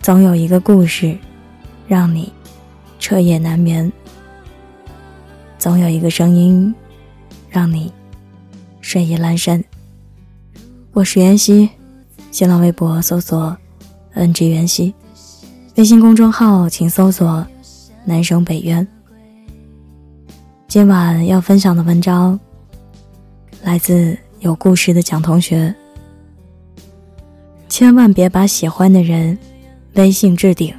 总有一个故事让你彻夜难眠，总有一个声音让你睡意阑珊。我是袁熙，新浪微博搜索 NG 袁熙，微信公众号请搜索南生北渊。今晚要分享的文章来自有故事的蒋同学。千万别把喜欢的人微信置顶。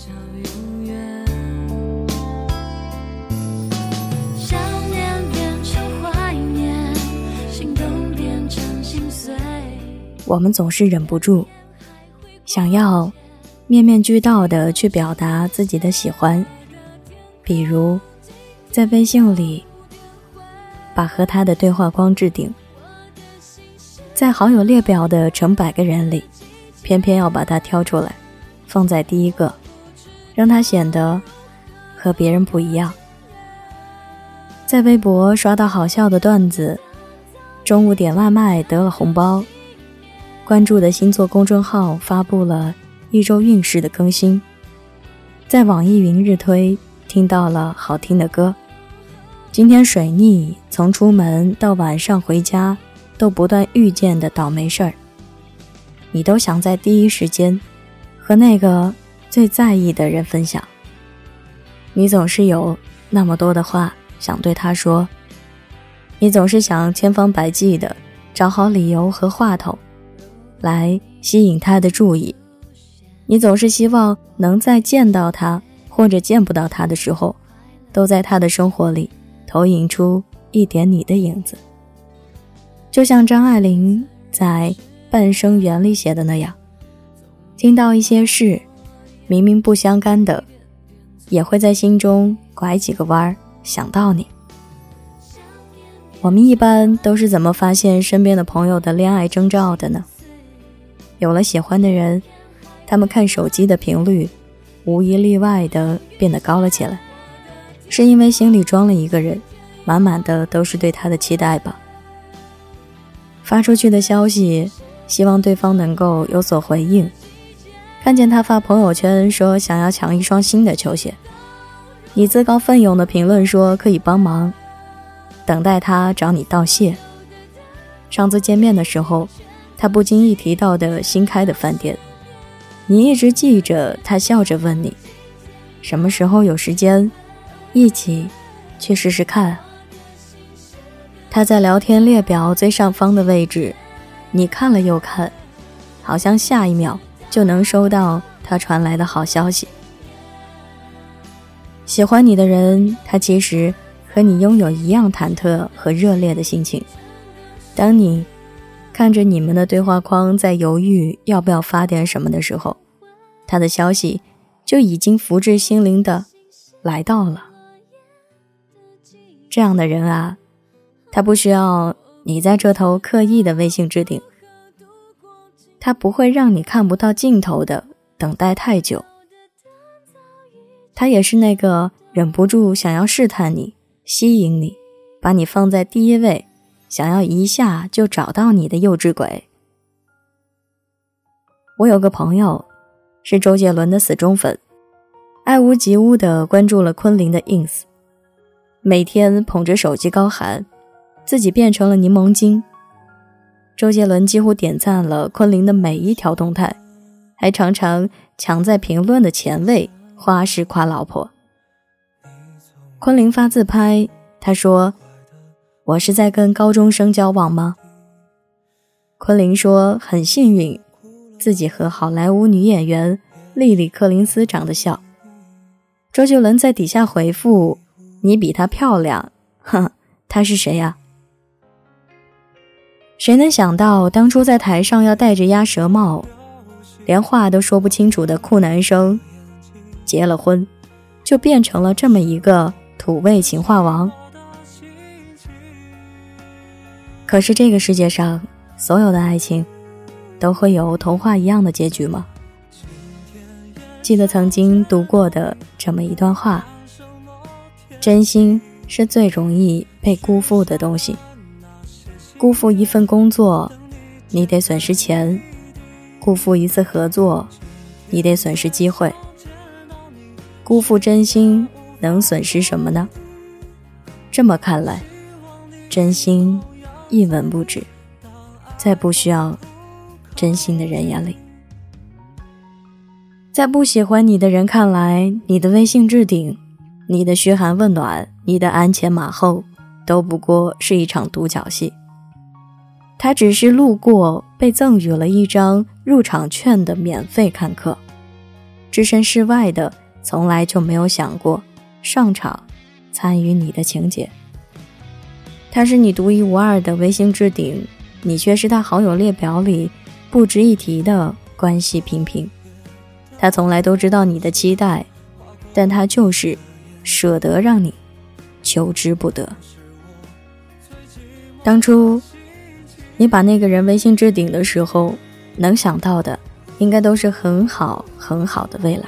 我们总是忍不住想要面面俱到地去表达自己的喜欢，比如在微信里把和他的对话框置顶，在好友列表的成百个人里偏偏要把他挑出来放在第一个，让他显得和别人不一样。在微博刷到好笑的段子，中午点外卖得了红包，关注的星座公众号发布了一周运势的更新，在网易云日推听到了好听的歌，今天水逆从出门到晚上回家都不断遇见的倒霉事儿，你都想在第一时间和那个最在意的人分享。你总是有那么多的话想对他说，你总是想千方百计的找好理由和话筒来吸引他的注意，你总是希望能在见到他或者见不到他的时候，都在他的生活里投影出一点你的影子。就像张爱玲在《半生缘》里写的那样，听到一些事明明不相干的，也会在心中拐几个弯想到你。我们一般都是怎么发现身边的朋友的恋爱征兆的呢？有了喜欢的人，他们看手机的频率无一例外地变得高了起来，是因为心里装了一个人，满满的都是对他的期待吧。发出去的消息希望对方能够有所回应，看见他发朋友圈说想要抢一双新的球鞋，你自告奋勇的评论说可以帮忙，等待他找你道谢。上次见面的时候，他不经意提到的新开的饭店，你一直记着他笑着问你什么时候有时间一起去试试看。他在聊天列表最上方的位置，你看了又看，好像下一秒就能收到他传来的好消息。喜欢你的人，他其实和你拥有一样忐忑和热烈的心情。当你看着你们的对话框在犹豫要不要发点什么的时候，他的消息就已经福至心灵的来到了。这样的人啊，他不需要你在这头刻意的微信置顶，他不会让你看不到尽头的等待太久，他也是那个忍不住想要试探你，吸引你，把你放在第一位，想要一下就找到你的幼稚鬼。我有个朋友是周杰伦的死忠粉，爱屋及乌地关注了昆凌的 ins， 每天捧着手机高喊自己变成了柠檬精。周杰伦几乎点赞了昆凌的每一条动态，还常常抢在评论的前位花式夸老婆。昆凌发自拍，他说我是在跟高中生交往吗？昆凌说很幸运自己和好莱坞女演员莉莉·柯林斯长得像。周杰伦在底下回复你比她漂亮，哼，她是谁呀？谁能想到当初在台上要戴着鸭舌帽连话都说不清楚的酷男生，结了婚就变成了这么一个土味情话王。可是这个世界上所有的爱情都会有童话一样的结局吗？记得曾经读过的这么一段话，真心是最容易被辜负的东西。辜负一份工作，你得损失钱；辜负一次合作， 你得损失机会。辜负真心能损失什么呢？这么看来，真心一文不值，在不需要真心的人眼里。在不喜欢你的人看来，你的微信置顶，你的嘘寒问暖，你的鞍前马后，都不过是一场独角戏。他只是路过，被赠予了一张入场券的免费看客，置身事外的从来就没有想过上场参与你的情节。他是你独一无二的微信置顶，你却是他好友列表里不值一提的关系平平。他从来都知道你的期待，但他就是舍得让你求之不得。当初你把那个人微信置顶的时候，能想到的应该都是很好很好的未来，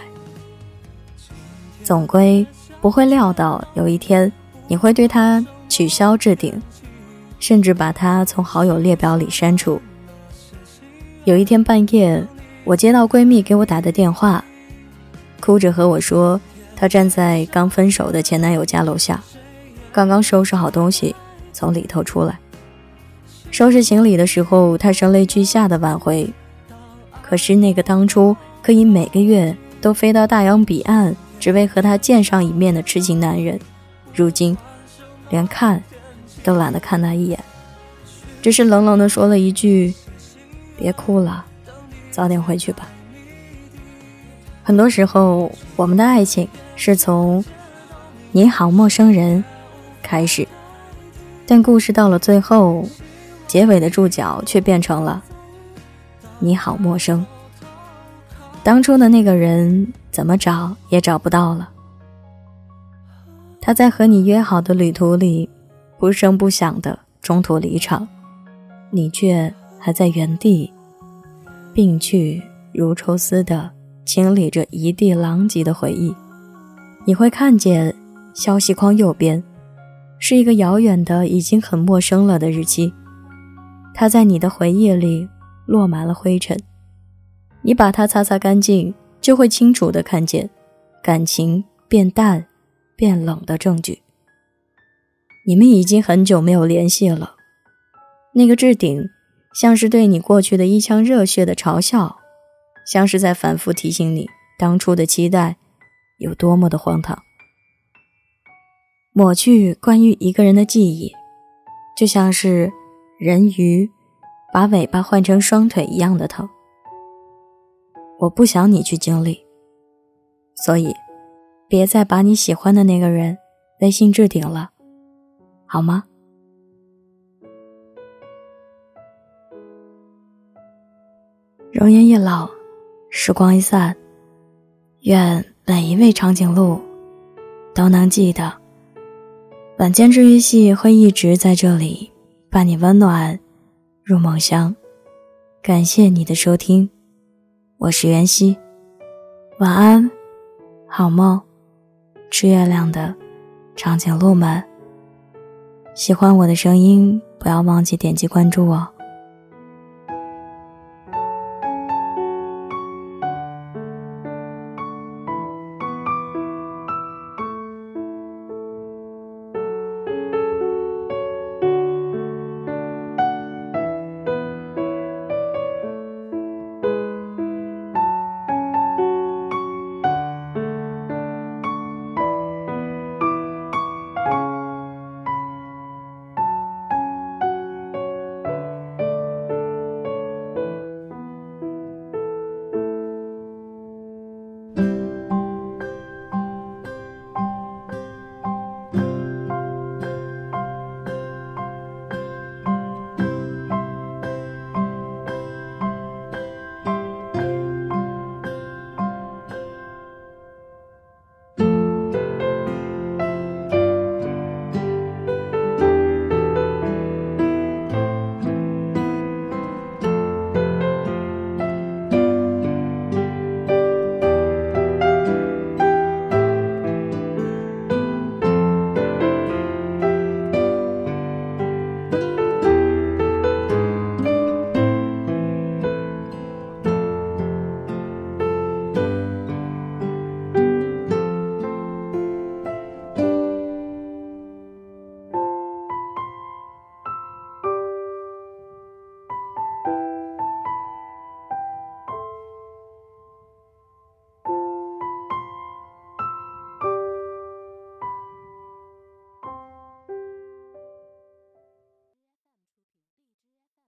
总归不会料到有一天你会对他取消置顶，甚至把他从好友列表里删除。有一天半夜，我接到闺蜜给我打的电话，哭着和我说，她站在刚分手的前男友家楼下，刚刚收拾好东西从里头出来。收拾行李的时候，她声泪俱下的挽回，可是那个当初可以每个月都飞到大洋彼岸只为和他见上一面的痴情男人，如今连看都懒得看他一眼，只是冷冷地说了一句，别哭了，早点回去吧。很多时候我们的爱情是从你好陌生人开始，但故事到了最后，结尾的注脚却变成了你好陌生。当初的那个人怎么找也找不到了，他在和你约好的旅途里不声不响的中途离场，你却还在原地病去如抽丝的清理着一地狼藉的回忆。你会看见消息框右边是一个遥远的已经很陌生了的日期，它在你的回忆里落满了灰尘，你把它擦擦干净，就会清楚地看见感情变淡变冷的证据。你们已经很久没有联系了，那个置顶像是对你过去的一腔热血的嘲笑，像是在反复提醒你当初的期待有多么的荒唐。抹去关于一个人的记忆，就像是人鱼把尾巴换成双腿一样的疼。我不想你去经历，所以别再把你喜欢的那个人微信置顶了，好吗？容颜一老，时光一散，愿每一位长颈鹿都能记得，晚间治愈系会一直在这里伴你温暖入梦乡。感谢你的收听，我是袁熙，晚安，好梦，吃月亮的长颈鹿们。喜欢我的声音，不要忘记点击关注哦。